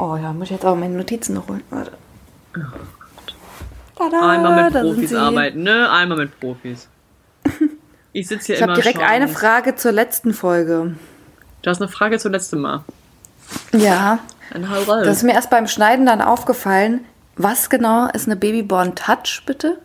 Oh ja, muss ich jetzt auch meine Notizen noch holen. Warte. Tada, einmal mit Profis arbeiten, ne? Einmal mit Profis. Ich sitze hier immer. Ich habe direkt eine Frage zur letzten Folge. Du hast eine Frage zum letzten Mal. Ja. Dann hau raus. Das ist mir erst beim Schneiden dann aufgefallen. Was genau ist eine Babyborn Touch, bitte?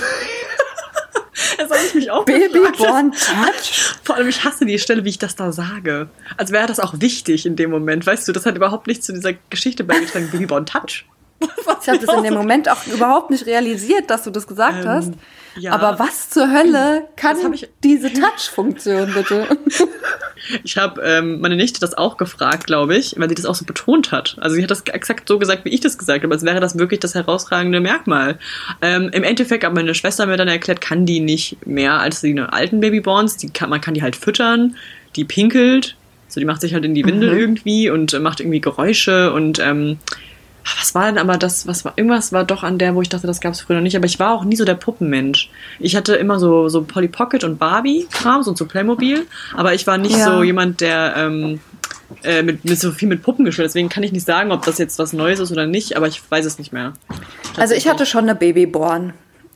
Das habe ich mich auch Babyborn Touch? Vor allem, ich hasse die Stelle, wie ich das da sage. Als wäre das auch wichtig in dem Moment. Weißt du, das hat überhaupt nichts zu dieser Geschichte beigetragen. Babyborn Touch. Ich habe das in dem Moment auch überhaupt nicht realisiert, dass du das gesagt hast. Ja. Aber was zur Hölle kann diese Touch-Funktion, bitte? Ich habe meine Nichte das auch gefragt, glaube ich, weil sie das auch so betont hat. Also sie hat das exakt so gesagt, wie ich das gesagt habe, als wäre das wirklich das herausragende Merkmal. Im Endeffekt hat meine Schwester mir dann erklärt, kann die nicht mehr als die alten Babyborns. man kann die halt füttern, die pinkelt, so die macht sich halt in die Windel irgendwie und macht irgendwie Geräusche und was war denn aber das, irgendwas war doch an der, wo ich dachte, das gab es früher noch nicht, aber ich war auch nie so der Puppenmensch. Ich hatte immer so Polly Pocket und Barbie-Krams und so Playmobil, aber ich war nicht so jemand, der mit so viel mit Puppen gespielt, deswegen kann ich nicht sagen, ob das jetzt was Neues ist oder nicht, aber ich weiß es nicht mehr. Also ich hatte schon eine Babyborn.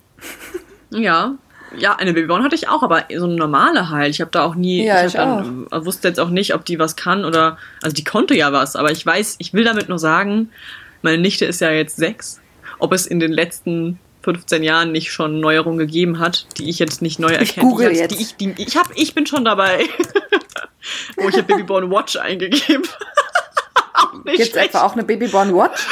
Ja, eine Babyborn hatte ich auch, aber so eine normale halt. Ich habe da auch nie, wusste jetzt auch nicht, ob die was kann oder, also die konnte ja was, aber ich will damit nur sagen, meine Nichte ist ja jetzt 6. Ob es in den letzten 15 Jahren nicht schon Neuerungen gegeben hat, die ich jetzt nicht neu erkenne. Ich google jetzt. Ich bin schon dabei. Ich habe Babyborn Watch eingegeben. Gibt es etwa auch eine Babyborn Watch?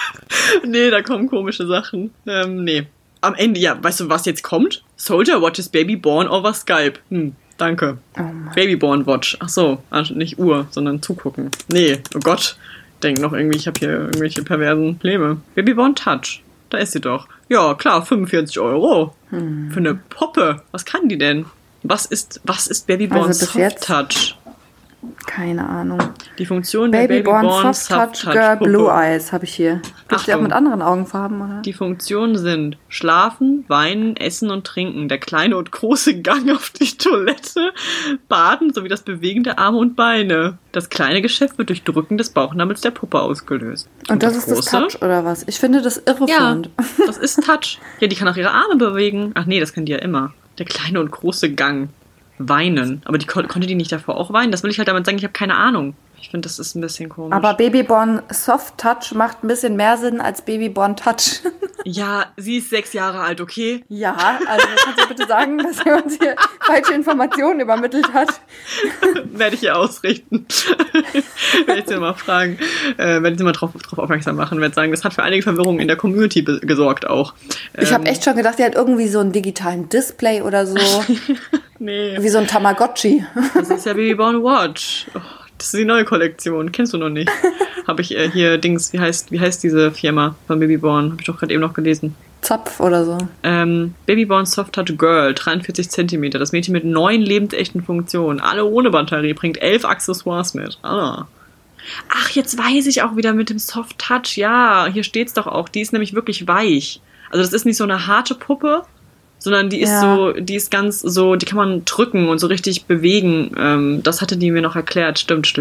Nee, da kommen komische Sachen. Nee. Am Ende, weißt du, was jetzt kommt? Soldier watches Babyborn over Skype. Danke. Oh Babyborn Watch. Ach so, nicht Uhr, sondern zugucken. Nee, oh Gott. Denk noch irgendwie, ich habe hier irgendwelche perversen Pläne. Babyborn Touch. Da ist sie doch. Ja, klar, 45 €. Für eine Puppe. Was kann die denn? Was ist Babyborn Soft Touch? Keine Ahnung. Die Funktion der Babyborn Soft Touch Girl Blue Eyes habe ich hier. Gibt es die auch mit anderen Augenfarben, oder? Die Funktionen sind Schlafen, Weinen, Essen und Trinken, der kleine und große Gang auf die Toilette, Baden sowie das Bewegen der Arme und Beine. Das kleine Geschäft wird durch Drücken des Bauchnabels der Puppe ausgelöst. Und das ist das Touch, oder was? Ich finde das irreführend. Ja, das ist Touch. Ja, die kann auch ihre Arme bewegen. Ach nee, das kann die ja immer. Der kleine und große Gang. Weinen. Aber konnte die nicht davor auch weinen? Das will ich halt damit sagen, ich habe keine Ahnung. Ich finde, das ist ein bisschen komisch. Aber Babyborn Soft Touch macht ein bisschen mehr Sinn als Babyborn Touch. Ja, sie ist 6 Jahre alt, okay? Ja, also kannst du bitte sagen, dass er uns hier falsche Informationen übermittelt hat? Werde ich ihr ausrichten. Werde ich sie mal fragen. Werde ich sie mal drauf aufmerksam machen. Werde sagen, das hat für einige Verwirrung in der Community gesorgt auch. Ich habe echt schon gedacht, die hat irgendwie so einen digitalen Display oder so. Nee. Wie so ein Tamagotchi. Das ist ja Babyborn Watch. Oh, das ist die neue Kollektion. Kennst du noch nicht? Habe ich hier Dings, wie heißt diese Firma von Babyborn? Habe ich doch gerade eben noch gelesen. Zapf oder so. Babyborn Soft Touch Girl, 43 cm. Das Mädchen mit 9 lebensechten Funktionen. Alle ohne Batterie, bringt 11 Accessoires mit. Ach, jetzt weiß ich auch wieder mit dem Soft Touch. Ja, hier steht's doch auch. Die ist nämlich wirklich weich. Also das ist nicht so eine harte Puppe, sondern die ist die ist ganz so, die kann man drücken und so richtig bewegen. Das hatte die mir noch erklärt. Stimmt.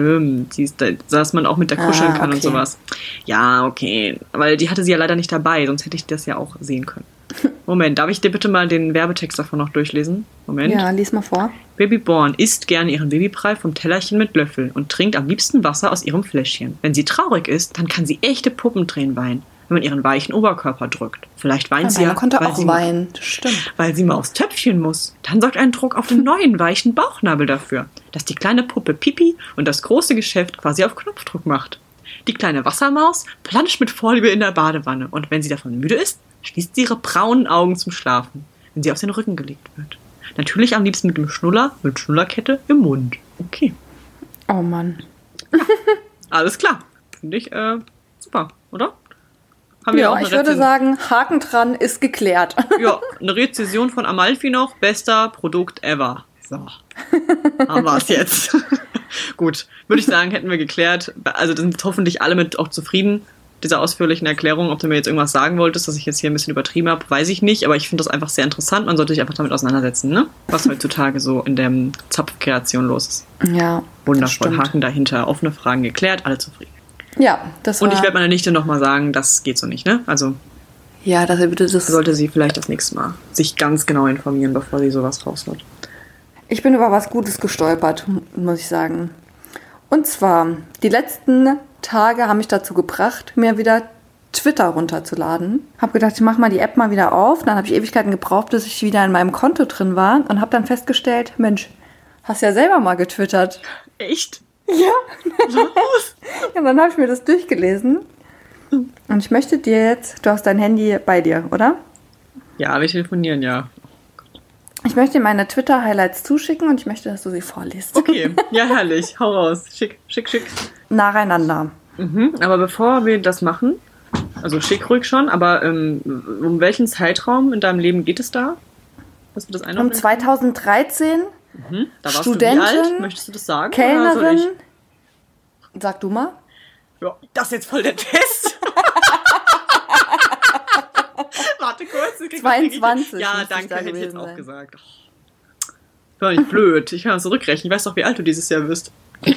Dass man auch mit der kuscheln kann und sowas. Ja, okay. Weil die hatte sie ja leider nicht dabei, sonst hätte ich das ja auch sehen können. Moment, darf ich dir bitte mal den Werbetext davon noch durchlesen? Moment. Ja, lies mal vor. Babyborn isst gerne ihren Babybrei vom Tellerchen mit Löffel und trinkt am liebsten Wasser aus ihrem Fläschchen. Wenn sie traurig ist, dann kann sie echte Puppentränen weinen, wenn man ihren weichen Oberkörper drückt. Vielleicht weint sie ja, konnte auch weinen. Stimmt. Weil sie mal aufs Töpfchen muss. Dann sorgt ein Druck auf den neuen, weichen Bauchnabel dafür, dass die kleine Puppe Pipi und das große Geschäft quasi auf Knopfdruck macht. Die kleine Wassermaus planscht mit Vorliebe in der Badewanne und wenn sie davon müde ist, schließt sie ihre braunen Augen zum Schlafen, wenn sie auf den Rücken gelegt wird. Natürlich am liebsten mit dem Schnuller, mit Schnullerkette im Mund. Okay. Oh Mann. Ja, alles klar. Finde ich super, oder? Ich würde sagen, Haken dran, ist geklärt. Ja, eine Rezension von Amalfi noch. Bester Produkt ever. So, haben wir es jetzt. Gut, würde ich sagen, hätten wir geklärt. Also da sind hoffentlich alle mit auch zufrieden, dieser ausführlichen Erklärung. Ob du mir jetzt irgendwas sagen wolltest, dass ich jetzt hier ein bisschen übertrieben habe, weiß ich nicht. Aber ich finde das einfach sehr interessant. Man sollte sich einfach damit auseinandersetzen, ne? Was heutzutage so in der Zapfkreation los ist. Ja, wundervoll. Haken dahinter. Offene Fragen geklärt, alle zufrieden. Ja, das war... Und ich werde meiner Nichte nochmal sagen, das geht so nicht, ne? Also... Ja, dass er bitte das... Sollte sie vielleicht das nächste Mal sich ganz genau informieren, bevor sie sowas raushaut. Ich bin über was Gutes gestolpert, muss ich sagen. Und zwar, die letzten Tage haben mich dazu gebracht, mir wieder Twitter runterzuladen. Hab gedacht, ich mache mal die App mal wieder auf. Dann habe ich Ewigkeiten gebraucht, bis ich wieder in meinem Konto drin war. Und habe dann festgestellt, Mensch, hast ja selber mal getwittert. Echt? Ja. Was? Ja, dann habe ich mir das durchgelesen. Und ich möchte dir jetzt, du hast dein Handy bei dir, oder? Ja, wir telefonieren, ja. Ich möchte dir meine Twitter-Highlights zuschicken und ich möchte, dass du sie vorliest. Okay, ja, herrlich. Hau raus. Schick, schick, schick. Nacheinander. Aber bevor wir das machen, also schick ruhig schon, aber um welchen Zeitraum in deinem Leben geht es da? Dass du das einordnen? Um 2013, Da warst Studentin, du wie alt? Möchtest du das sagen? Kellnerin. Sag du mal. Ja, das ist jetzt voll der Test. Warte kurz. 22. Ja, danke, hätte ich jetzt auch gesagt. War nicht blöd. Ich kann das zurückrechnen. Ich weiß doch, wie alt du dieses Jahr wirst.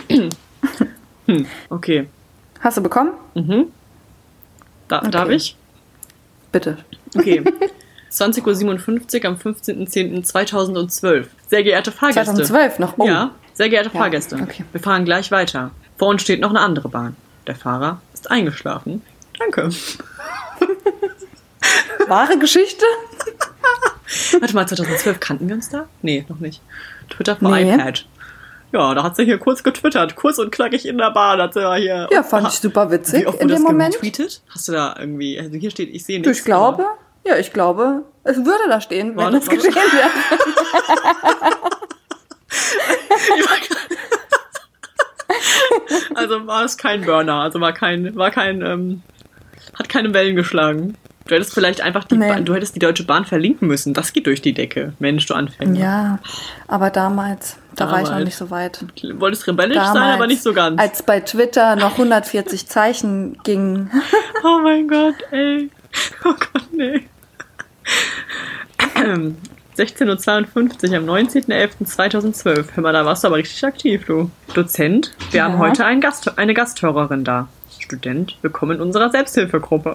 Okay. Hast du bekommen? Okay. Darf ich? Bitte. Okay. 20:57 Uhr am 15.10.2012. Sehr geehrte Fahrgäste. 2012 noch? Oh. Ja, sehr geehrte Fahrgäste. Okay. Wir fahren gleich weiter. Vor uns steht noch eine andere Bahn. Der Fahrer ist eingeschlafen. Danke. Wahre Geschichte? Warte mal, 2012 kannten wir uns da? Nee, noch nicht. Twitter vor iPad. Ja, da hat sie hier kurz getwittert. Kurz und knackig in der Bahn hat sie ja hier... Ja, fand ich super witzig in dem Moment. Getweetet? Hast du da irgendwie... Also hier steht, ich sehe nichts. Ich glaube, es würde da stehen, wenn das geschehen wäre. Also war es kein Burner. Also hat keine Wellen geschlagen. Du hättest vielleicht einfach du hättest die Deutsche Bahn verlinken müssen. Das geht durch die Decke. Mensch, du Anfänger. Ja, aber damals war ich noch nicht so weit. Du wolltest rebellisch sein, aber nicht so ganz. Als bei Twitter noch 140 Zeichen ging. Oh mein Gott, ey. Oh Gott, nee. 16:52 Uhr am 19.11.2012. Hör mal, da warst du aber richtig aktiv, du. Dozent, wir haben heute eine Gasthörerin da. Student, willkommen in unserer Selbsthilfegruppe.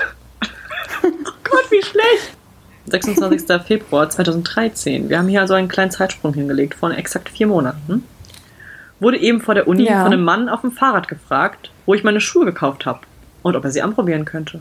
Oh Gott, wie schlecht. 26. Februar 2013. Wir haben hier also einen kleinen Zeitsprung hingelegt von exakt 4 Monaten. Wurde eben vor der Uni von einem Mann auf dem Fahrrad gefragt, wo ich meine Schuhe gekauft habe und ob er sie anprobieren könnte.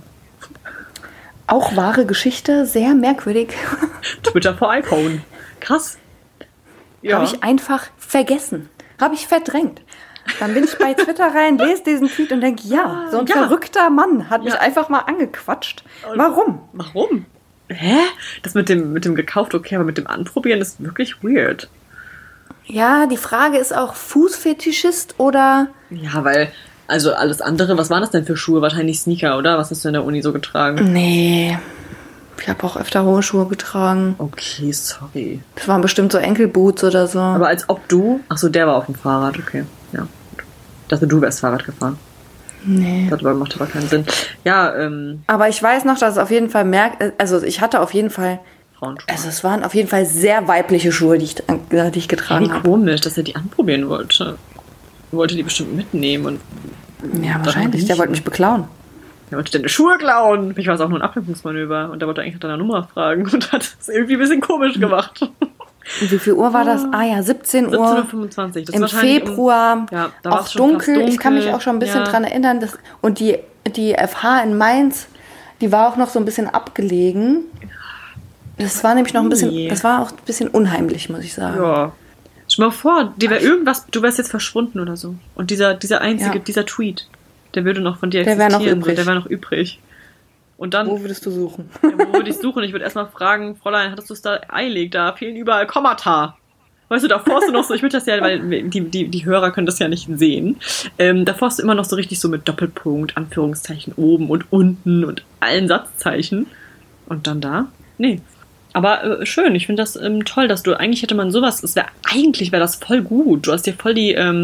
Auch wahre Geschichte, sehr merkwürdig. Twitter vor iPhone. Krass. Ja. Habe ich einfach vergessen. Habe ich verdrängt. Dann bin ich bei Twitter rein, lese diesen Tweet und denke, so ein verrückter Mann hat mich einfach mal angequatscht. Warum? Warum? Hä? Das mit dem gekauft, okay, aber mit dem Anprobieren ist wirklich weird. Ja, die Frage ist auch, Fußfetischist oder... Ja, weil, also alles andere, was waren das denn für Schuhe? Wahrscheinlich Sneaker, oder? Was hast du in der Uni so getragen? Nee, ich habe auch öfter hohe Schuhe getragen. Okay, sorry. Das waren bestimmt so Enkelboots oder so. Aber als ob du... Achso, der war auf dem Fahrrad, okay. Ja. Ich dachte, du wärst Fahrrad gefahren. Nee. Das macht aber keinen Sinn. Ja, aber ich weiß noch, dass es auf jeden Fall ich hatte auf jeden Fall... Frauenschuhe. Also es waren auf jeden Fall sehr weibliche Schuhe, die ich getragen habe. Wie komisch, dass er die anprobieren wollte. Er wollte die bestimmt mitnehmen und... Ja, wahrscheinlich. Der wollte mich beklauen. Der wollte deine Schuhe klauen. Ich war es auch nur ein Ablenkungsmanöver. Und der wollte eigentlich nach deiner Nummer fragen und hat es irgendwie ein bisschen komisch gemacht. Und wie viel Uhr war das? Ah ja, 17 Uhr. 17:25 Uhr. Im Februar. Ja, da auch dunkel. Ich kann mich auch schon ein bisschen dran erinnern. Und die FH in Mainz, die war auch noch so ein bisschen abgelegen. Das war nämlich noch ein bisschen, das war auch ein bisschen unheimlich, muss ich sagen. Ja. Stell mal vor, dir wäre irgendwas, du wärst jetzt verschwunden oder so. Und dieser Tweet, der würde noch von dir existieren. Der wäre noch übrig. Und dann... Wo würdest du suchen? Ja, wo würde ich suchen? Ich würde erstmal fragen, Fräulein, hattest du es da eilig? Da fehlen überall Kommata. Weißt du, davor hast du noch so, ich würde das ja, weil die Hörer können das ja nicht sehen. Davor hast du immer noch so richtig so mit Doppelpunkt, Anführungszeichen oben und unten und allen Satzzeichen. Und dann da? Nee. Aber schön, ich finde das toll, dass du, eigentlich hätte man sowas, eigentlich wäre das voll gut. Du hast dir voll die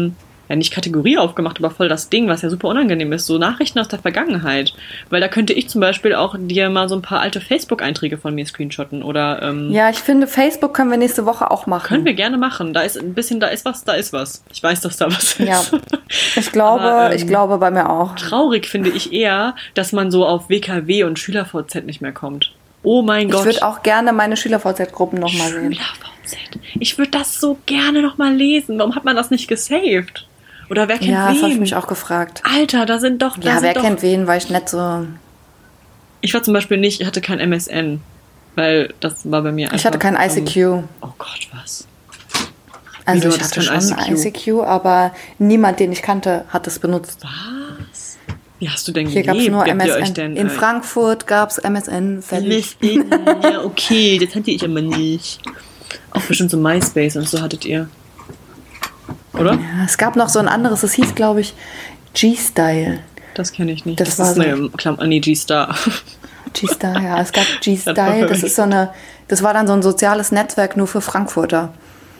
nicht Kategorie aufgemacht, aber voll das Ding, was ja super unangenehm ist, so Nachrichten aus der Vergangenheit. Weil da könnte ich zum Beispiel auch dir mal so ein paar alte Facebook-Einträge von mir screenshotten oder... Ja, ich finde, Facebook können wir nächste Woche auch machen. Können wir gerne machen. Da ist ein bisschen, da ist was. Ich weiß, dass da was ist. Ja, ich glaube bei mir auch. Traurig finde ich eher, dass man so auf WKW und SchülerVZ nicht mehr kommt. Oh mein Gott. Ich würde auch gerne meine SchülerVZ-Gruppen nochmal sehen. SchülerVZ. Ich würde das so gerne nochmal lesen. Warum hat man das nicht gesaved? Oder wer kennt wen? Ja, das habe ich mich auch gefragt. Alter, da sind doch... kennt wen, weil ich nicht so... Ich war zum Beispiel nicht, ich hatte kein MSN. Weil das war bei mir einfach... Ich hatte kein ICQ. Oh Gott, was? Also ich hatte schon ein ICQ, aber niemand, den ich kannte, hat es benutzt. Was? Wie hast du denn Hier gelebt? gab es nur Wie habt ihr euch MSN. denn, In Frankfurt gab es MSN. Fertig. Ja, okay, das hatte ich aber nicht. Auch bestimmt so MySpace und so hattet ihr. Oder? Ja, es gab noch so ein anderes, das hieß, glaube ich, G-Style. Das kenne ich nicht. Das war ist so eine G-Star. G-Star, ja, es gab G-Style. Das war dann so ein soziales Netzwerk nur für Frankfurter.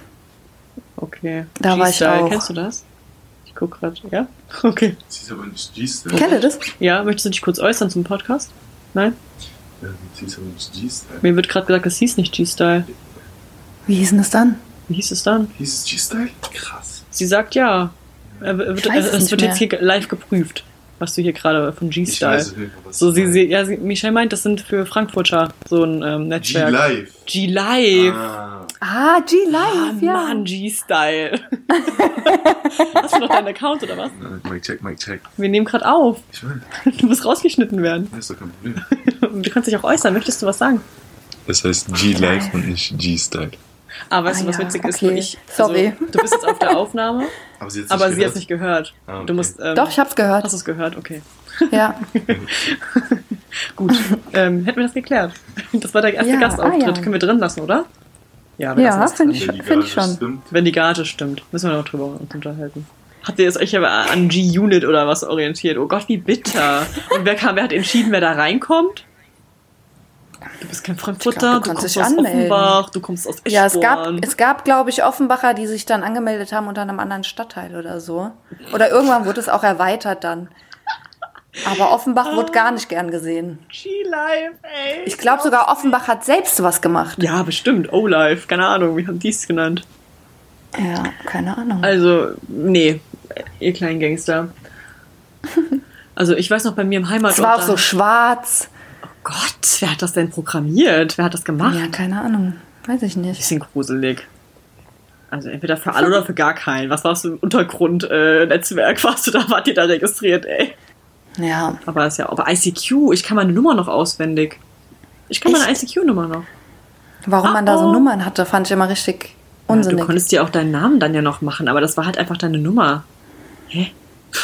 Okay. Da war ich auch. Kennst du das? Ich guck gerade, ja? Okay. Das ist aber nicht G-Style. Kennt ihr das? Ja, möchtest du dich kurz äußern zum Podcast? Nein? Ja, das ist aber nicht G-Style. Mir wird gerade gesagt, es hieß nicht G-Style. Wie hieß denn das dann? Wie hieß es dann? Hieß es G-Style? Krass. Sie sagt ja. Es wird jetzt hier live geprüft, was du hier gerade von G-Style. Ich weiß nicht, was so, Michelle meint, das sind für Frankfurter so ein Netzwerk. G-Live. G-Live. G-Live, ja. Mann, G-Style. Hast du noch deinen Account oder was? Mic check. Wir nehmen gerade auf. Ich meine, Du musst rausgeschnitten werden. das ist doch kein Problem. Du kannst dich auch äußern. Möchtest du was sagen? Das heißt G-Live und nicht G-Style. Aber weißt du, was ja, witzig ist? okay. Sorry. Du bist jetzt auf der Aufnahme, Aber sie aber sie hat es nicht gehört. Ah, okay. Du musst, Doch, ich hab's gehört. Hast du es gehört? Okay. Ja. Gut. Hätten wir das geklärt. Das war der erste Ja, Gastauftritt. ja. Können wir drin lassen, oder? Ja, wir Ja, lassen finde es drin. ich, find ich schon. Stimmt. Wenn die Gage stimmt. Müssen wir noch drüber uns unterhalten. Habt ihr euch aber an G-Unit oder was orientiert? Oh Gott, wie bitter. Und wer hat entschieden, wer da reinkommt? Du bist kein Frankfurter, du kommst aus Offenbach, du kommst aus Eschborn. Ja, es gab, glaube ich, Offenbacher, die sich dann angemeldet haben unter einem anderen Stadtteil oder so. Oder irgendwann wurde es auch erweitert dann. Aber Offenbach wurde gar nicht gern gesehen. G-Live, ey. Ich glaube sogar, Offenbach hat selbst was gemacht. Ja, bestimmt. O-Live, keine Ahnung, wie haben die es genannt? Ja, keine Ahnung. Also, nee, ihr kleinen Gangster. Also, ich weiß noch, bei mir im Heimatort... Es war auch so schwarz. Oh Gott, wer hat das denn programmiert? Wer hat das gemacht? Ja, keine Ahnung. Weiß ich nicht. Bisschen gruselig. Also entweder für alle oder für gar keinen. Was warst du im Untergrundnetzwerk? Wart ihr da registriert, ey? Ja. Aber ICQ, ich kann meine Nummer noch auswendig. Ich kann meine ICQ-Nummer noch. Warum man da so Nummern hatte, fand ich immer richtig unsinnig. Du konntest dir auch deinen Namen dann ja noch machen, aber das war halt einfach deine Nummer. Hä?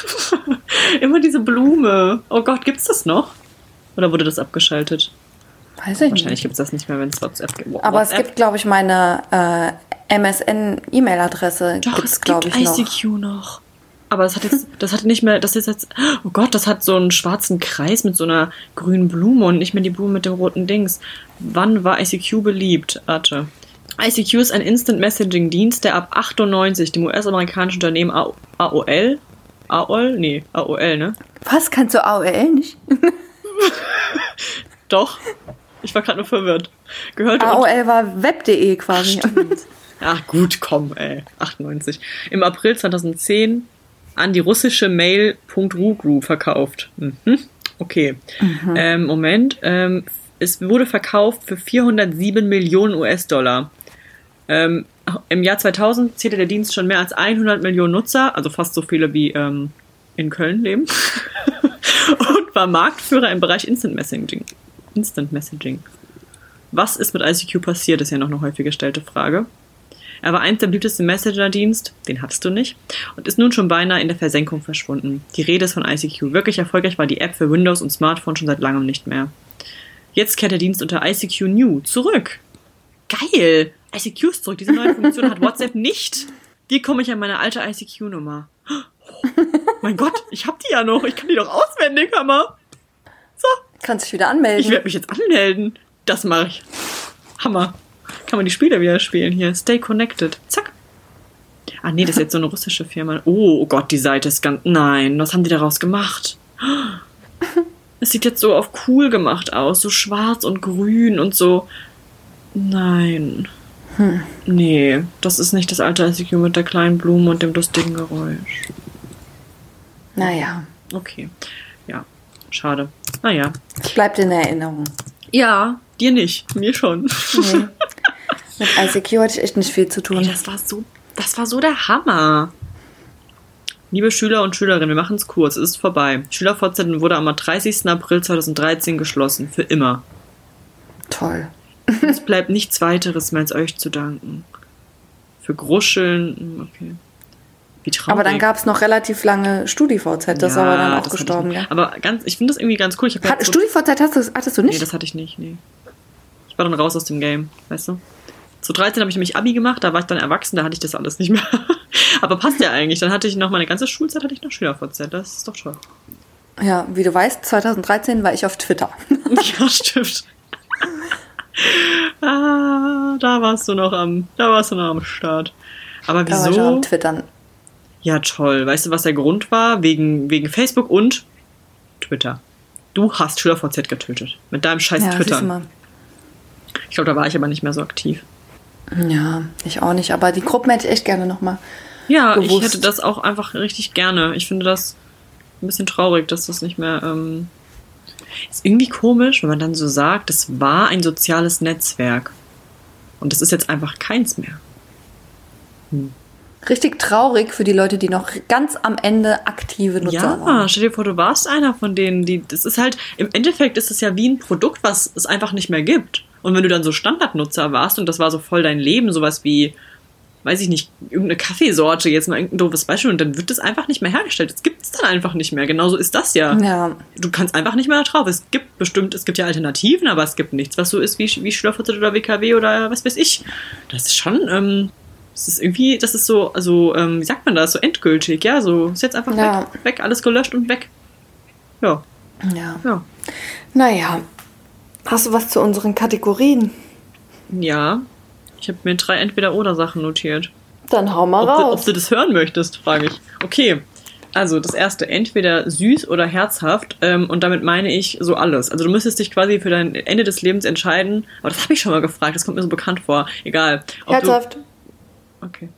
Immer diese Blume. Oh Gott, gibt's das noch? Oder wurde das abgeschaltet? Weiß ich Wahrscheinlich nicht. gibt es das nicht mehr, wenn es WhatsApp gibt. Aber es gibt, glaube ich, meine MSN-E-Mail-Adresse. Doch, es gibt ICQ noch. Aber das hat nicht mehr, das ist jetzt, oh Gott, das hat so einen schwarzen Kreis mit so einer grünen Blume und nicht mehr die Blume mit dem roten Dings. Wann war ICQ beliebt? Warte. ICQ ist ein Instant-Messaging-Dienst, der ab 98 dem US-amerikanischen Unternehmen AOL, ne? Was, kannst du AOL nicht? Doch. Ich war gerade nur verwirrt. AOL war web.de quasi. Ach gut, komm, ey. 98. Im April 2010 an die russische Mail.ru verkauft. Okay. Moment. Es wurde verkauft für 407 Millionen US-Dollar. Im Jahr 2000 zählte der Dienst schon mehr als 100 Millionen Nutzer, also fast so viele wie in Köln leben. Und war Marktführer im Bereich Instant Messaging. Was ist mit ICQ passiert, ist ja noch eine häufig gestellte Frage. Er war eins der beliebtesten Messenger-Dienst, den hattest du nicht, und ist nun schon beinahe in der Versenkung verschwunden. Die Rede ist von ICQ. Wirklich erfolgreich war die App für Windows und Smartphone schon seit langem nicht mehr. Jetzt kehrt der Dienst unter ICQ New zurück. Geil! ICQ ist zurück. Diese neue Funktion hat WhatsApp nicht. Wie komme ich an meine alte ICQ-Nummer? Oh, mein Gott, ich hab die ja noch. Ich kann die doch auswendig, Hammer. So. Kannst dich wieder anmelden. Ich werde mich jetzt anmelden. Das mache ich. Hammer. Kann man die Spiele wieder spielen hier. Stay connected. Zack. Ah nee, das ist jetzt so eine russische Firma. Oh Gott, die Seite ist ganz... Nein, was haben die daraus gemacht? Es sieht jetzt so auf cool gemacht aus. So schwarz und grün und so... Nein. Nee, das ist nicht das alte ICQ mit der kleinen Blume und dem lustigen Geräusch. Naja, Okay. Ja, schade. Naja. es bleibt in Erinnerung. Ja, dir nicht. Mir schon. Nee. Mit ICQ hatte ich echt nicht viel zu tun. Ey, das war so der Hammer. Liebe Schüler und Schülerinnen, wir machen es kurz. Es ist vorbei. SchülerVZ wurde am 30. April 2013 geschlossen. Für immer. Toll. Es bleibt nichts weiteres mehr als euch zu danken. Für Gruscheln, okay. Wie traurig. Aber dann gab es noch relativ lange StudiVZ, das ist aber dann auch das gestorben, hatte ich ja. nicht. Aber ich finde das irgendwie ganz cool. Ich hab StudiVZ hattest du nicht? Nee, das hatte ich nicht, nee. Ich war dann raus aus dem Game, weißt du? Zu 13 habe ich nämlich Abi gemacht, da war ich dann erwachsen, da hatte ich das alles nicht mehr. Aber passt ja eigentlich. Dann hatte ich noch meine ganze Schulzeit, hatte ich noch SchülerVZ. Das ist doch toll. Ja, wie du weißt, 2013 war ich auf Twitter. Ja, stimmt. Da warst du noch am Start. Aber Da war ich wieso? am Twittern. Ja, toll. Weißt du, was der Grund war? Wegen Facebook und Twitter. Du hast SchülerVZ getötet. Mit deinem scheiß Ja, siehst du Twitter. mal. Ich glaube, da war ich aber nicht mehr so aktiv. Ja, ich auch nicht. Aber die Gruppen hätte ich echt gerne nochmal. Ja, gewusst. ich hätte das auch einfach richtig gerne. Ich finde das ein bisschen traurig, dass das nicht mehr... Ist irgendwie komisch, wenn man dann so sagt, das war ein soziales Netzwerk. Und das ist jetzt einfach keins mehr. Richtig traurig für die Leute, die noch ganz am Ende aktive Nutzer waren. Ja, stell dir vor, du warst einer von denen, das ist halt, im Endeffekt ist es ja wie ein Produkt, was es einfach nicht mehr gibt. Und wenn du dann so Standardnutzer warst und das war so voll dein Leben, sowas wie, weiß ich nicht, irgendeine Kaffeesorte, jetzt mal irgendein doofes Beispiel, und dann wird das einfach nicht mehr hergestellt. Das gibt es dann einfach nicht mehr. Genauso ist das ja. Ja. Du kannst einfach nicht mehr da drauf. Es gibt ja Alternativen, aber es gibt nichts, was so ist wie SchülerVZ oder WKW oder was weiß ich. Das ist schon, das ist irgendwie, das ist so, also, wie sagt man das, so endgültig, ja, so, ist jetzt einfach weg, alles gelöscht und weg. Ja. Ja. Naja. Hast du was zu unseren Kategorien? Ja. Ich habe mir 3 Entweder-oder-Sachen notiert. Dann hau mal Ob raus. du das hören möchtest, frage ich. Okay. Also, das erste, entweder süß oder herzhaft, und damit meine ich so alles. Also, du müsstest dich quasi für dein Ende des Lebens entscheiden, aber das habe ich schon mal gefragt, das kommt mir so bekannt vor. Egal. Herzhaft. Okay.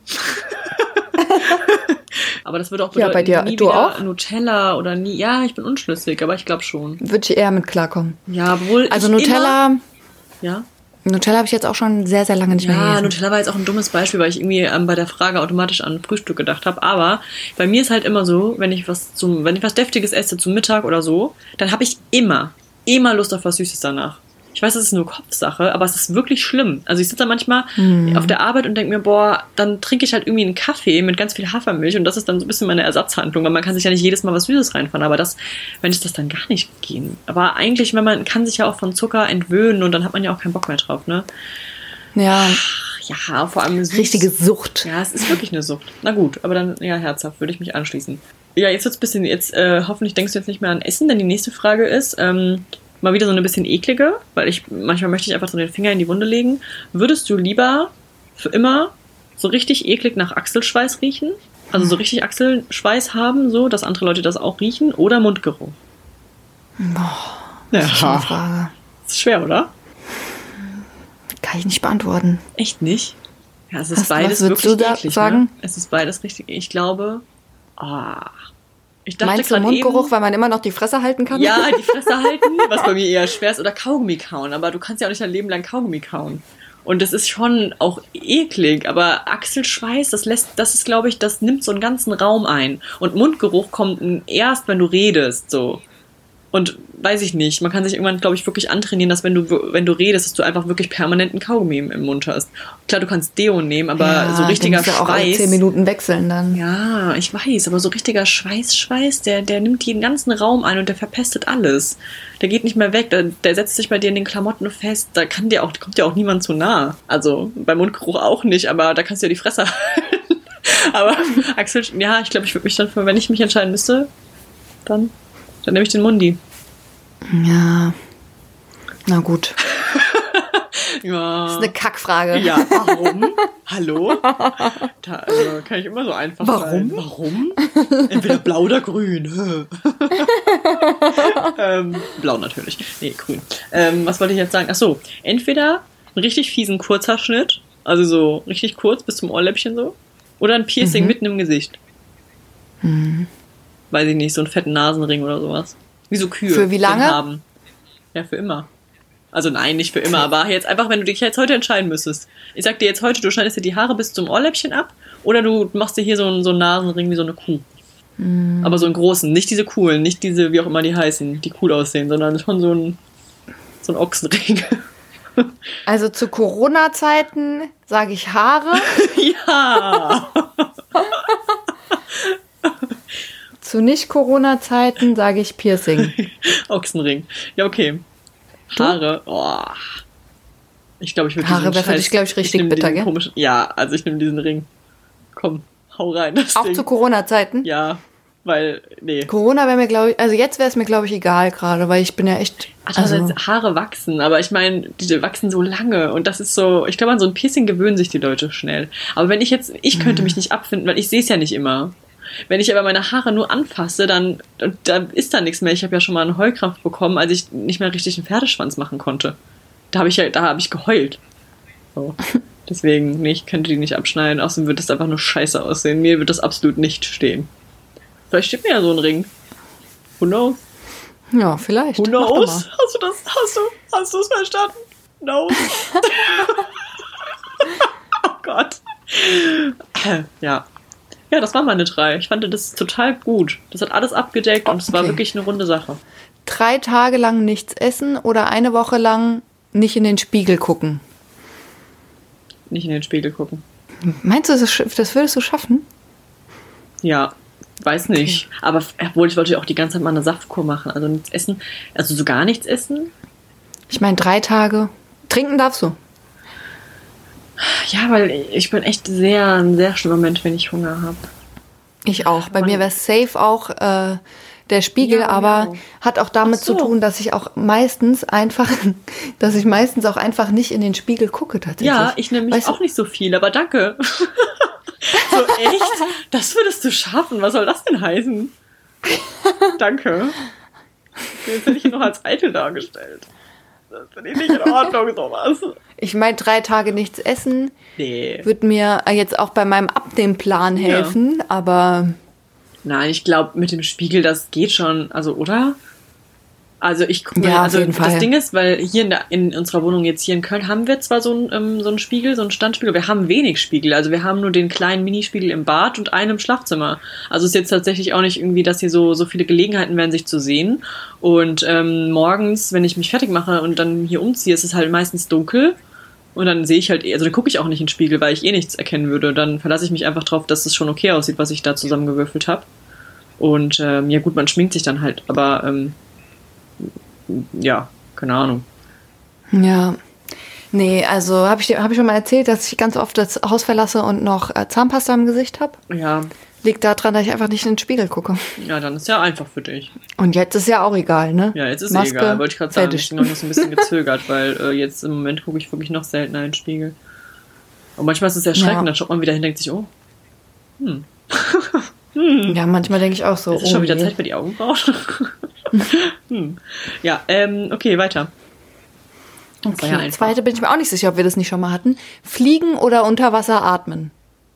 Aber das würde auch Ja, bedeuten, bei dir. nie Du wieder auch? Nutella oder nie. Ja, ich bin unschlüssig, aber ich glaube schon. Würde ich eher mit klarkommen. Ja, obwohl Also ich Nutella immer, Nutella habe ich jetzt auch schon sehr, sehr lange nicht mehr ja, gegessen. Nutella war jetzt auch ein dummes Beispiel, weil ich irgendwie bei der Frage automatisch an Frühstück gedacht habe. Aber bei mir ist halt immer so, wenn ich was Deftiges esse zum Mittag oder so, dann habe ich immer Lust auf was Süßes danach. Ich weiß, das ist nur Kopfsache, aber es ist wirklich schlimm. Also ich sitze da manchmal auf der Arbeit und denke mir, boah, dann trinke ich halt irgendwie einen Kaffee mit ganz viel Hafermilch und das ist dann so ein bisschen meine Ersatzhandlung, weil man kann sich ja nicht jedes Mal was Süßes reinfahren, aber wenn es das dann gar nicht gehen. Aber eigentlich, man kann sich ja auch von Zucker entwöhnen und dann hat man ja auch keinen Bock mehr drauf, ne? Ja, Ja, vor allem süß. richtige Sucht. Ja, es ist wirklich eine Sucht. Na gut, aber dann, ja, herzhaft, würde ich mich anschließen. Ja, jetzt wird's ein bisschen, hoffentlich denkst du jetzt nicht mehr an Essen, denn die nächste Frage ist, mal wieder so eine bisschen eklige, weil manchmal möchte ich einfach so den Finger in die Wunde legen. Würdest du lieber für immer so richtig eklig nach Achselschweiß riechen? Also so richtig Achselschweiß haben, so, dass andere Leute das auch riechen? Oder Mundgeruch? Das ist schon eine Frage. Ist schwer, oder? Kann ich nicht beantworten. Echt nicht? Ja, es ist Was beides würdest wirklich du da eklig, sagen? ne? Es ist beides richtig. Ich glaube, ich dachte Meinst du gerade Mundgeruch, eben, weil man immer noch die Fresse halten kann? ja, die Fresse halten, was bei mir eher schwer ist, oder Kaugummi kauen. Aber du kannst ja auch nicht dein Leben lang Kaugummi kauen. Und das ist schon auch eklig, aber Achselschweiß, das ist, glaube ich, das nimmt so einen ganzen Raum ein. Und Mundgeruch kommt erst, wenn du redest, so. Und weiß ich nicht, man kann sich irgendwann, glaube ich, wirklich antrainieren, dass wenn du redest, dass du einfach wirklich permanent einen Kaugummi im Mund hast. Klar, du kannst Deo nehmen, aber Ja, so richtiger den musst du auch alle Schweiß. 10 Minuten wechseln dann. Ja, ich weiß, aber so richtiger Schweiß, der nimmt den ganzen Raum ein und der verpestet alles. Der geht nicht mehr weg, der setzt sich bei dir in den Klamotten fest, kommt dir auch niemand zu nah. Also beim Mundgeruch auch nicht, aber da kannst du ja die Fresse halten. Aber Axel, ja, ich glaube, ich würde mich dann, wenn ich mich entscheiden müsste, dann nehme ich den Mundi. Ja. Na gut. Ja. Das ist eine Kackfrage. Ja, warum? Hallo? Also kann ich immer so einfach sein. Warum? Entweder blau oder grün. Blau natürlich. Nee, grün. Was wollte ich jetzt sagen? Ach so, entweder einen richtig fiesen Kurzhaarschnitt, also so richtig kurz bis zum Ohrläppchen so, oder ein Piercing mitten im Gesicht. Weiß ich nicht, so einen fetten Nasenring oder sowas. Wie so Kühe. Für wie lange? Haben. Ja, für immer. Also nein, nicht für immer, aber jetzt einfach, wenn du dich jetzt heute entscheiden müsstest. Ich sag dir jetzt heute, du schneidest dir die Haare bis zum Ohrläppchen ab oder du machst dir hier so einen Nasenring wie so eine Kuh. Aber so einen großen, nicht diese coolen, nicht diese, wie auch immer die heißen, die cool aussehen, sondern schon so ein Ochsenring. Also zu Corona-Zeiten sage ich Haare. Ja. Zu Nicht-Corona-Zeiten sage ich Piercing. Ochsenring. Ja, okay. Haare. Oh. Ich glaube, ich würde Haare wäre für dich, glaube ich, richtig bitter, gell? Ja, also ich nehme diesen Ring. Komm, hau rein. Das Auch Ding. zu Corona-Zeiten? Ja, weil, nee. Corona wäre mir, glaube ich, also jetzt wäre es mir, glaube ich, egal gerade, weil ich bin ja echt... Also Haare wachsen, aber ich meine, die wachsen so lange und das ist so, ich glaube, an so ein Piercing gewöhnen sich die Leute schnell. Aber wenn ich könnte mich nicht abfinden, weil ich sehe es ja nicht immer. Wenn ich aber meine Haare nur anfasse, dann da ist da nichts mehr. Ich habe ja schon mal einen Heulkrampf bekommen, als ich nicht mehr richtig einen Pferdeschwanz machen konnte. Da habe ich geheult. So. Deswegen, nee, ich könnte die nicht abschneiden, außerdem würde das einfach nur scheiße aussehen. Mir wird das absolut nicht stehen. Vielleicht steht mir ja so ein Ring. Who knows? Ja, vielleicht. Who knows? Hast du es verstanden? No. Oh Gott. Ja. Ja, das waren meine 3. Ich fand das total gut. Das hat alles abgedeckt und es war wirklich eine runde Sache. 3 Tage lang nichts essen oder eine Woche lang nicht in den Spiegel gucken? Nicht in den Spiegel gucken. Meinst du, das würdest du schaffen? Ja, weiß nicht. Okay. Aber obwohl ich wollte auch die ganze Zeit mal eine Saftkur machen. Also nichts essen. Also so gar nichts essen. Ich meine 3 Tage. Trinken darfst du. Ja, weil ich bin echt ein sehr schlimmer Mensch, wenn ich Hunger habe. Ich auch. Bei mir wäre es safe auch der Spiegel, ja, aber genau. Hat auch damit zu tun, dass ich meistens auch einfach nicht in den Spiegel gucke tatsächlich. Ja, ich nämlich auch nicht so viel, aber danke. So echt? Das würdest du schaffen? Was soll das denn heißen? Danke. Jetzt bin ich noch als eitel dargestellt. Das finde ich nicht in Ordnung, sowas. Ich meine, 3 Tage nichts essen wird mir jetzt auch bei meinem Abnehmplan helfen, aber... Nein, ich glaube, mit dem Spiegel, das geht schon, also, oder? Also, auf jeden Fall. Das Ding ist, weil hier in unserer Wohnung jetzt hier in Köln haben wir zwar so einen Spiegel, so einen Standspiegel, wir haben wenig Spiegel, also wir haben nur den kleinen Minispiegel im Bad und einen im Schlafzimmer. Also ist jetzt tatsächlich auch nicht irgendwie, dass hier so viele Gelegenheiten werden, sich zu sehen. Und morgens, wenn ich mich fertig mache und dann hier umziehe, ist es halt meistens dunkel. Und dann sehe ich halt, also dann gucke ich auch nicht in den Spiegel, weil ich nichts erkennen würde. Dann verlasse ich mich einfach drauf, dass es schon okay aussieht, was ich da zusammengewürfelt habe. Und ja gut, man schminkt sich dann halt, aber ja, keine Ahnung. Ja, nee, also hab ich schon mal erzählt, dass ich ganz oft das Haus verlasse und noch Zahnpasta im Gesicht habe? Ja. Liegt daran, dass ich einfach nicht in den Spiegel gucke. Ja, dann ist ja einfach für dich. Und jetzt ist ja auch egal, ne? Ja, jetzt ist es egal, wollte ich gerade sagen. Ich bin noch so ein bisschen gezögert, weil jetzt im Moment gucke ich wirklich noch seltener in den Spiegel. Und manchmal ist es erschreckend, dann schaut man wieder hin und denkt sich, oh, Ja, manchmal denke ich auch so. Es ist schon wieder Zeit für die Augenbrauen. Ja, okay, weiter. Okay, zweite bin ich mir auch nicht sicher, ob wir das nicht schon mal hatten. Fliegen oder unter Wasser atmen?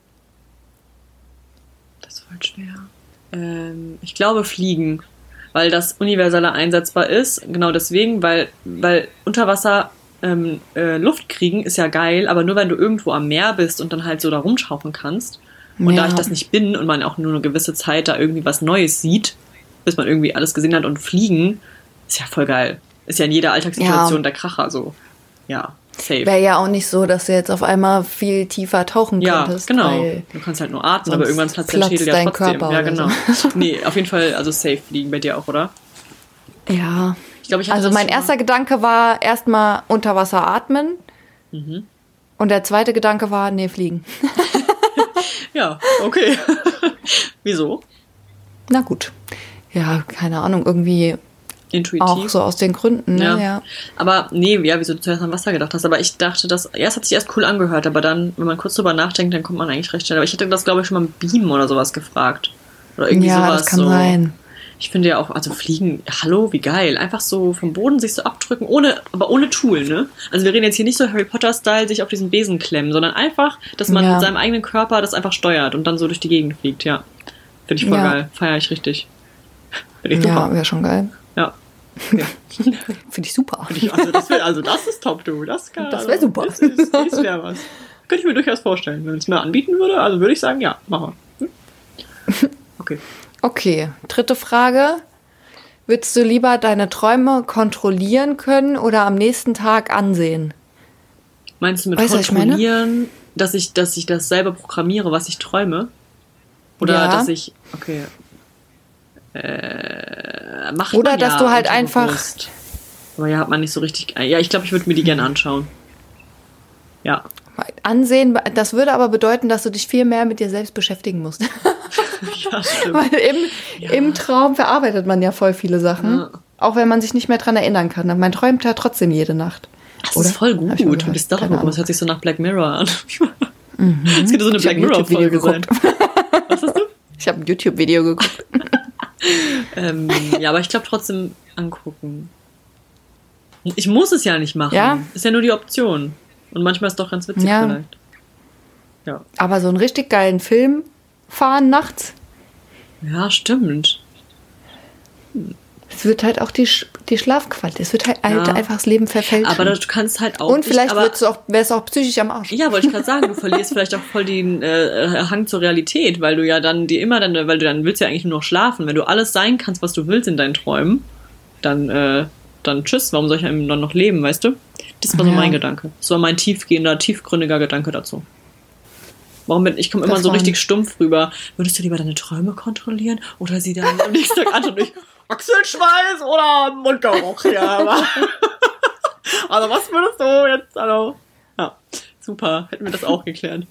Das ist voll schwer. Ich glaube fliegen, weil das universeller einsetzbar ist. Genau deswegen, weil unter Wasser Luft kriegen ist ja geil, aber nur wenn du irgendwo am Meer bist und dann halt so da rumschaukeln kannst. Und da ich das nicht bin und man auch nur eine gewisse Zeit da irgendwie was Neues sieht, bis man irgendwie alles gesehen hat, und fliegen, ist ja voll geil. Ist ja in jeder Alltagssituation der Kracher so. Ja, safe. Wäre ja auch nicht so, dass du jetzt auf einmal viel tiefer tauchen könntest. Ja, genau. Du kannst halt nur atmen, aber irgendwann platzt der Schädel ja trotzdem. Ja, genau. So. Nee, auf jeden Fall, also safe fliegen bei dir auch, oder? Ja. Ich glaube, also mein erster Gedanke war erstmal unter Wasser atmen. Mhm. Und der zweite Gedanke war, nee, fliegen. Ja, okay. Wieso? Na gut. Ja, keine Ahnung, irgendwie intuitiv. Auch so aus den Gründen, ne? Ja. Aber nee, ja, wieso du zuerst an Wasser gedacht hast. Aber ich dachte, es hat sich erst cool angehört, aber dann, wenn man kurz drüber nachdenkt, dann kommt man eigentlich recht schnell. Aber ich hätte das, glaube ich, schon mal mit Beamen oder sowas gefragt. Oder irgendwie Ja, sowas. das kann sein. Ich finde ja auch, also Fliegen, hallo, wie geil. Einfach so vom Boden sich so abdrücken, aber ohne Tool, ne? Also wir reden jetzt hier nicht so Harry Potter-Style, sich auf diesen Besen klemmen, sondern einfach, dass man mit seinem eigenen Körper das einfach steuert und dann so durch die Gegend fliegt, ja. Finde ich voll geil. Feiere ich richtig. Finde ich super. Ja, wäre schon geil. Ja. Okay. Finde ich super. Das ist top, du. Das wäre super. Das wäre was. Könnte ich mir durchaus vorstellen. Wenn es mir anbieten würde, also würde ich sagen, ja, machen wir. Okay. Okay, dritte Frage. Würdest du lieber deine Träume kontrollieren können oder am nächsten Tag ansehen? Meinst du mit Weißt du, was ich kontrollieren, dass ich das selber programmiere, was ich träume? Oder dass ich, okay. Macht oder man dass du halt einfach. unterbewusst. Aber ja, hat man nicht so richtig. Ja, ich glaube, ich würde mir die gerne anschauen. Ja. Ansehen, das würde aber bedeuten, dass du dich viel mehr mit dir selbst beschäftigen musst. Ja, stimmt. Weil im Traum verarbeitet man ja voll viele Sachen. Ja. Auch wenn man sich nicht mehr dran erinnern kann. Man träumt ja trotzdem jede Nacht. Das ist voll gut. Du bist doch aber, das hört sich so nach Black Mirror an. Es könnte so eine Black Mirror-Folge sein. Was hast du? Ich habe ein YouTube-Video geguckt. Ja, aber ich glaube trotzdem angucken. Ich muss es ja nicht machen. Ja? Ist ja nur die Option. Und manchmal ist es doch ganz witzig vielleicht. Ja. Aber so einen richtig geilen Film fahren nachts? Ja, stimmt. Es wird halt auch die Schlafqualität, es wird halt einfach das Leben verfälschen. Aber du kannst halt auch. Und vielleicht wärst du auch psychisch am Arsch. Ja, wollte ich gerade sagen, du verlierst vielleicht auch voll den Hang zur Realität, weil du ja dann weil du dann willst ja eigentlich nur noch schlafen. Wenn du alles sein kannst, was du willst in deinen Träumen, dann tschüss, warum soll ich dann noch leben, weißt du? Das war so mein Gedanke. Das war mein tiefgründiger Gedanke dazu. Ich komme immer so richtig stumpf rüber. Würdest du lieber deine Träume kontrollieren oder sie dann am nächsten Tag an und nicht Achselschweiß oder Mundgeruch? Ja, aber also was würdest du jetzt? Also, ja, super. Hätten wir das auch geklärt.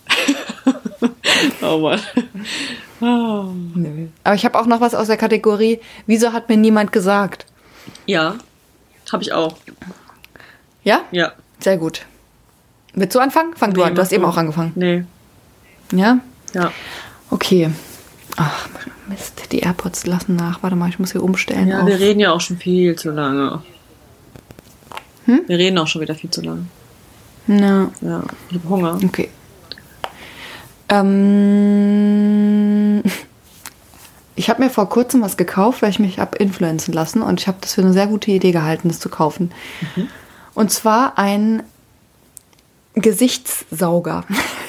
Oh Mann. Oh. Nö. Aber ich habe auch noch was aus der Kategorie, wieso hat mir niemand gesagt? Ja, habe ich auch. Ja? Ja. Sehr gut. Willst du anfangen? Fang du an. Du hast eben auch angefangen. Nee. Ja? Ja. Okay. Ach, Mist. Die AirPods lassen nach. Warte mal, ich muss hier umstellen. Ja, wir reden ja auch schon viel zu lange. Wir reden auch schon wieder viel zu lange. Ja. Ja, ich habe Hunger. Okay. Ich habe mir vor kurzem was gekauft, weil ich mich habe influenzen lassen und ich habe das für eine sehr gute Idee gehalten, das zu kaufen. Und zwar ein Gesichtssauger.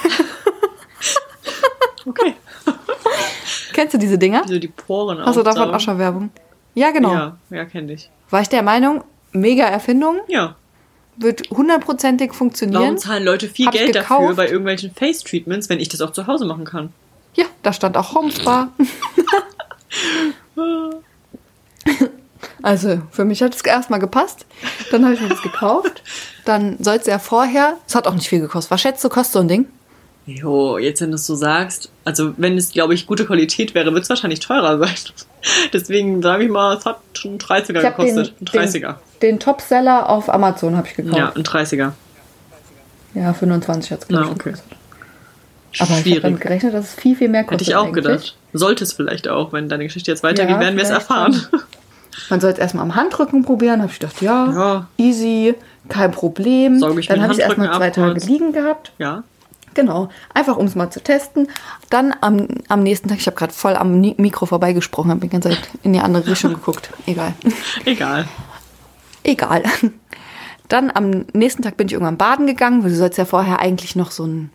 Okay. Kennst du diese Dinger? Wie so die Poren Hast du davon auch schon Werbung? Ja, genau. Ja, kenne ich. War ich der Meinung, mega Erfindung, Ja. wird hundertprozentig funktionieren. Warum zahlen Leute viel Hab ich Geld dafür gekauft. bei irgendwelchen Face-Treatments, wenn ich das auch zu Hause machen kann? Ja, da stand auch Homespa. Also, für mich hat es erstmal gepasst. Dann habe ich mir das gekauft. Dann soll es ja vorher, es hat auch nicht viel gekostet. Was schätzt du, kostet so ein Ding? Jo, jetzt wenn du es so sagst, also wenn es, glaube ich, gute Qualität wäre, wird es wahrscheinlich teurer sein. Deswegen sage ich mal, es hat einen 30er gekostet. Ein 30er. Den Topseller auf Amazon habe ich gekauft. Ja, ein 30er. Ja, 25 hat es gekostet. Okay. Aber ich habe damit gerechnet, dass es viel, viel mehr kostet. Hätte ich auch eigentlich. Gedacht. Sollte es vielleicht auch, wenn deine Geschichte jetzt weitergeht, Ja, werden wir es vielleicht erfahren. schon. Man soll es erstmal am Handrücken probieren. Habe ich gedacht, ja, easy, kein Problem. Sauge ich Dann mir habe ich Handrücken erstmal 2 ab, Tage kurz. liegen gehabt. Ja. Genau, einfach um es mal zu testen. Dann am nächsten Tag, ich habe gerade voll am Mikro vorbeigesprochen, habe die ganze Zeit in die andere Richtung geguckt. Egal. Dann am nächsten Tag bin ich irgendwann baden gegangen, weil du sollst ja vorher eigentlich noch so ein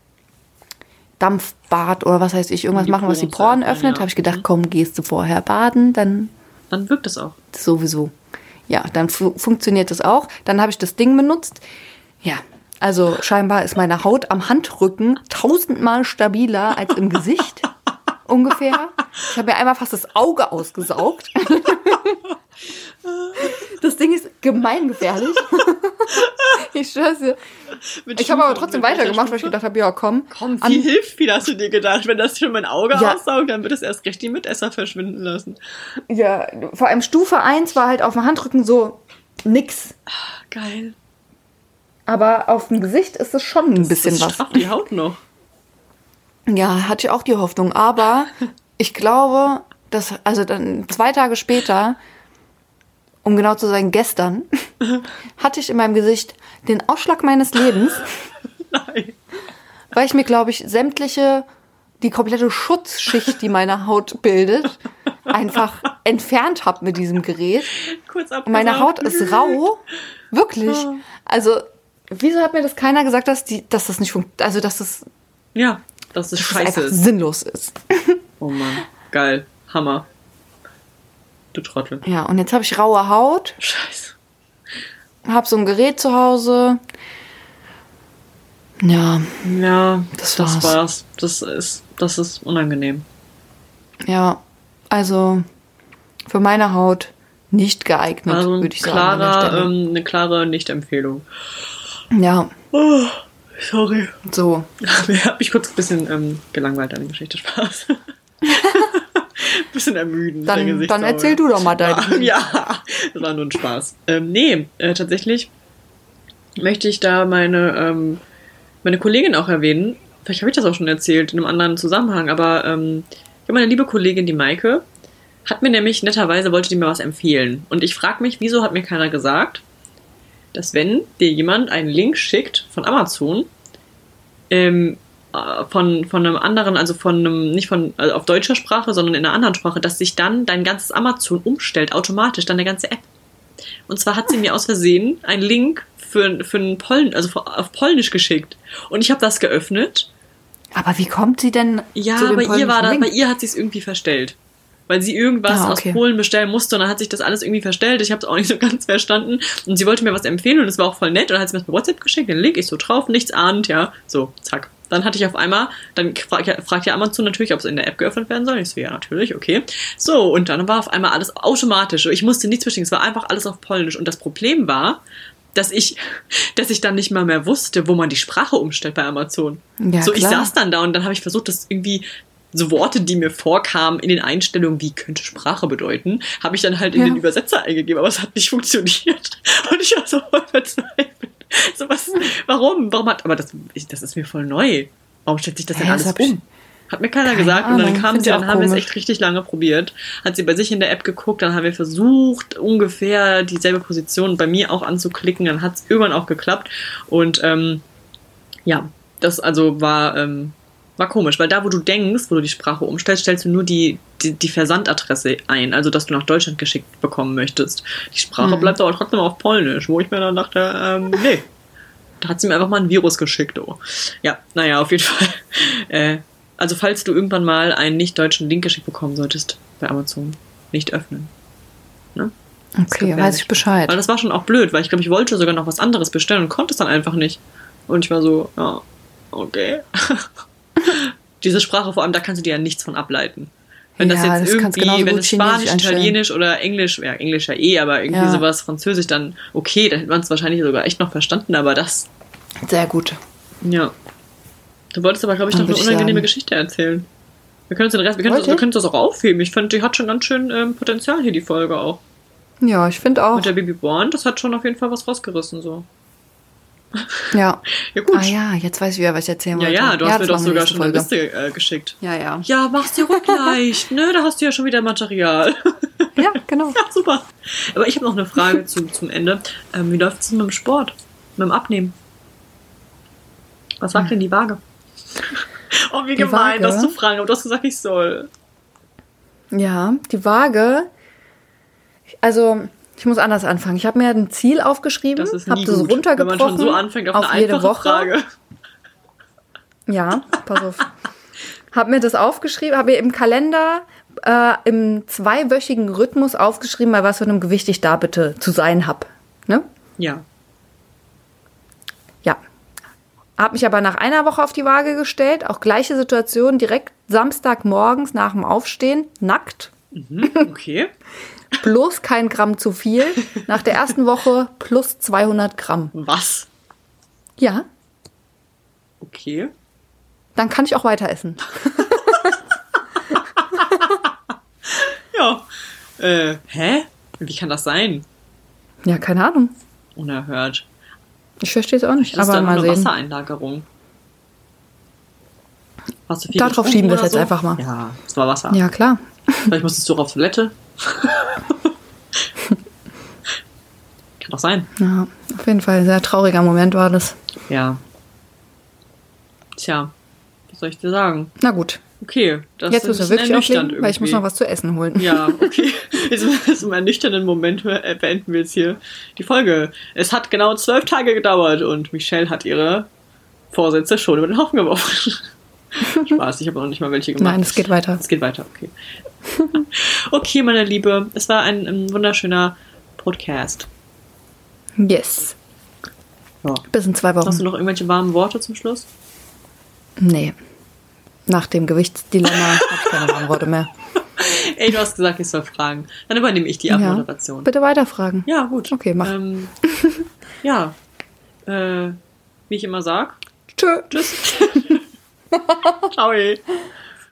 Dampfbad oder was weiß ich, irgendwas machen, was die Poren öffnet. Ja. Habe ich gedacht, komm, gehst du vorher baden, dann wirkt es auch. sowieso. Ja, dann funktioniert das auch. Dann habe ich das Ding benutzt. Ja, also scheinbar ist meine Haut am Handrücken 1000-mal stabiler als im Gesicht. Ungefähr. Ich habe mir einmal fast das Auge ausgesaugt. Das Ding ist gemeingefährlich. Ich schwör's dir. Mit Ich habe aber Stufe, trotzdem mit welcher weitergemacht, weil ich Stufe? gedacht habe, ja komm. Komm, viel hilft viel, hast du dir gedacht. Wenn das schon mein Auge Ja. aussaugt, dann wird es erst recht die Mitesser verschwinden lassen. Ja, vor allem Stufe 1 war halt auf dem Handrücken so nix. Geil. Aber auf dem Gesicht ist es schon ein bisschen das was. strafft die Haut noch. Ja, hatte ich auch die Hoffnung. Aber ich glaube, dass, also dann 2 Tage später, um genau zu sein, gestern, hatte ich in meinem Gesicht den Ausschlag meines Lebens, Nein. weil ich mir, glaube ich, die komplette Schutzschicht, die meine Haut bildet, einfach entfernt habe mit diesem Gerät. Kurz Und meine Haut ist rau. Wirklich. Also, wieso hat mir das keiner gesagt, dass das nicht funktioniert? Also, dass das Ja, dass es scheiße einfach ist. sinnlos ist. Oh Mann. Geil. Hammer. Du Trottel. Ja, und jetzt habe ich raue Haut, Scheiße. habe so ein Gerät zu Hause. Ja, Ja, Das das war's. war's. Das ist unangenehm. ja. Also, für meine Haut nicht geeignet, Also würde ich sagen. An der Stelle. eine klare Nicht-Empfehlung. Ja, Oh, sorry. so. Ich habe mich kurz ein bisschen gelangweilt an der Geschichte. Spaß. Bisschen ermüdend. der Dann Gesichtsausdruck. erzähl du doch mal deine. Ja, das war nur ein Spaß. Tatsächlich möchte ich da meine Kollegin auch erwähnen. Vielleicht habe ich das auch schon erzählt in einem anderen Zusammenhang, aber ich habe meine liebe Kollegin, die Maike, hat mir nämlich netterweise, wollte die mir was empfehlen. Und ich frage mich, wieso hat mir keiner gesagt, dass wenn dir jemand einen Link schickt von Amazon, von einem anderen, also von einem, nicht von, also auf deutscher Sprache, sondern in einer anderen Sprache, dass sich dann dein ganzes Amazon umstellt, automatisch, dann der ganze App. Und zwar hat sie mir aus Versehen einen Link für einen auf Polnisch geschickt. Und ich habe das geöffnet. Aber wie kommt sie denn Ja, zu dem bei ihr polnischen bei Link? ihr hat sie es irgendwie verstellt. Weil sie irgendwas Okay. aus Polen bestellen musste und dann hat sich das alles irgendwie verstellt. Ich habe es auch nicht so ganz verstanden. Und sie wollte mir was empfehlen und es war auch voll nett. Und dann hat sie mir das bei WhatsApp geschickt, den Link, ich so drauf, nichts ahnend, ja. So, zack. Dann hatte ich auf einmal, dann fragt ja Amazon natürlich, ob es in der App geöffnet werden soll. Ich so, ja, natürlich, okay. So, und dann war auf einmal alles automatisch. Ich musste nichts bestätigen, es war einfach alles auf Polnisch. Und das Problem war, dass ich dann nicht mal mehr wusste, wo man die Sprache umstellt bei Amazon. Ja, so, ich klar. saß dann da und dann habe ich versucht, das irgendwie so Worte, die mir vorkamen in den Einstellungen, wie könnte Sprache bedeuten, habe ich dann halt in Ja. den Übersetzer eingegeben, aber es hat nicht funktioniert. Und ich war so voll verzweifelt. So was, warum? Aber das ist mir voll neu. Warum stellt sich das denn Ja, alles das hab ich- um? Hat mir keiner Keine gesagt und dann Ahnung, kam find sie, ich dann auch haben wir es komisch. echt richtig lange probiert. Hat sie bei sich in der App geguckt, dann haben wir versucht, ungefähr dieselbe Position bei mir auch anzuklicken, dann hat es irgendwann auch geklappt und ja, das also war komisch, weil da, wo du denkst, wo du die Sprache umstellst, stellst du nur die Versandadresse ein, also dass du nach Deutschland geschickt bekommen möchtest. Die Sprache bleibt aber trotzdem auf Polnisch, wo ich mir dann dachte, nee. Da hat sie mir einfach mal ein Virus geschickt, oh. Ja, naja, auf jeden Fall. Also falls du irgendwann mal einen nicht-deutschen Link geschickt bekommen solltest bei Amazon, nicht öffnen. Ne? Okay, gefährlich. weiß ich Bescheid. Weil das war schon auch blöd, weil ich glaube, ich wollte sogar noch was anderes bestellen und konnte es dann einfach nicht. Und ich war so, ja, okay. Diese Sprache vor allem, da kannst du dir ja nichts von ableiten. Wenn das Ja, jetzt das kannst irgendwie, genauso wenn gut es Chinesisch Spanisch, einstellen. Italienisch oder Englisch, ja, Englisch ja aber irgendwie Ja. sowas, Französisch, dann okay, dann hätte man es wahrscheinlich sogar echt noch verstanden, aber das, Sehr gut. ja. Du wolltest aber, glaube ich, Dann noch eine würd ich unangenehme sagen- Geschichte erzählen. Wir können uns den Rest, wir Wollte ich? können das auch aufheben. Ich fand, die hat schon ganz schön Potenzial hier, die Folge auch. Ja, ich finde auch. Mit der Baby Born, das hat schon auf jeden Fall was rausgerissen, so. Ja. Ja, gut. Ah ja, jetzt weiß ich wieder, was ich erzählen Ja, wollte. ja, du hast mir das doch machen wir sogar nächste schon eine Folge. Liste geschickt. Ja, ja. Ja, mach's dir rückleicht, ne? Da hast du ja schon wieder Material. Ja, genau. Ja, super. Aber ich habe noch eine Frage zum Ende. Wie läuft es mit dem Sport? Mit dem Abnehmen? Was sagt denn die Waage? Oh, wie Die gemein, Waage? das zu fragen, aber du hast gesagt, ich soll. Ja, die Waage. Also, ich muss anders anfangen. Ich habe mir ein Ziel aufgeschrieben, Das ist habe nie das gut, runtergebrochen wenn man schon so anfängt auf eine jede einfache Woche. Frage. Ja, pass auf. Habe mir das aufgeschrieben, habe mir im Kalender im 2-wöchigen Rhythmus aufgeschrieben, bei was für einem Gewicht ich da bitte zu sein habe. Ne? Ja. Ja. Habe mich aber nach einer Woche auf die Waage gestellt. Auch gleiche Situation, direkt Samstagmorgens nach dem Aufstehen, nackt. Okay. bloß kein Gramm zu viel. Nach der ersten Woche plus 200 Gramm. Was? Ja, Okay. dann kann ich auch weiter essen. Ja. Hä? Wie kann das sein? Ja, keine Ahnung. Unerhört. Ich verstehe es auch nicht, Das ist aber dann mal eine sehen. Wassereinlagerung. Hast du viel Darauf getrunken schieben wir es oder jetzt so? einfach mal. Ja, es war Wasser. Ja, klar. Vielleicht musstest du auch auf Toilette. Kann doch sein. Ja, auf jeden Fall ein sehr trauriger Moment war das. Ja. Tja, was soll ich dir sagen? Na gut, Okay, das jetzt ist müssen wir ein wirklich bisschen ernüchternd auflegen, weil ich muss noch irgendwie. was zu essen holen. Ja, okay. Jetzt im ernüchternden Moment beenden wir jetzt hier die Folge. Es hat genau 12 Tage gedauert und Michelle hat ihre Vorsätze schon über den Haufen geworfen. Spaß, ich habe noch nicht mal welche gemacht. Nein, es geht weiter. Es geht weiter, okay. Okay, meine Liebe, es war ein wunderschöner Podcast. Yes. Ja. Bis in 2 Wochen. Hast du noch irgendwelche warmen Worte zum Schluss? Nee. Nach dem Gewichtsdilemma habe ich keine warmen Worte mehr. Ey, du hast gesagt, ich soll fragen. Dann übernehme ich die Abmoderation. Bitte weiterfragen. Ja, gut. Okay, mach. Ja. Wie ich immer sag. Tschö. Tschüss. Ciao.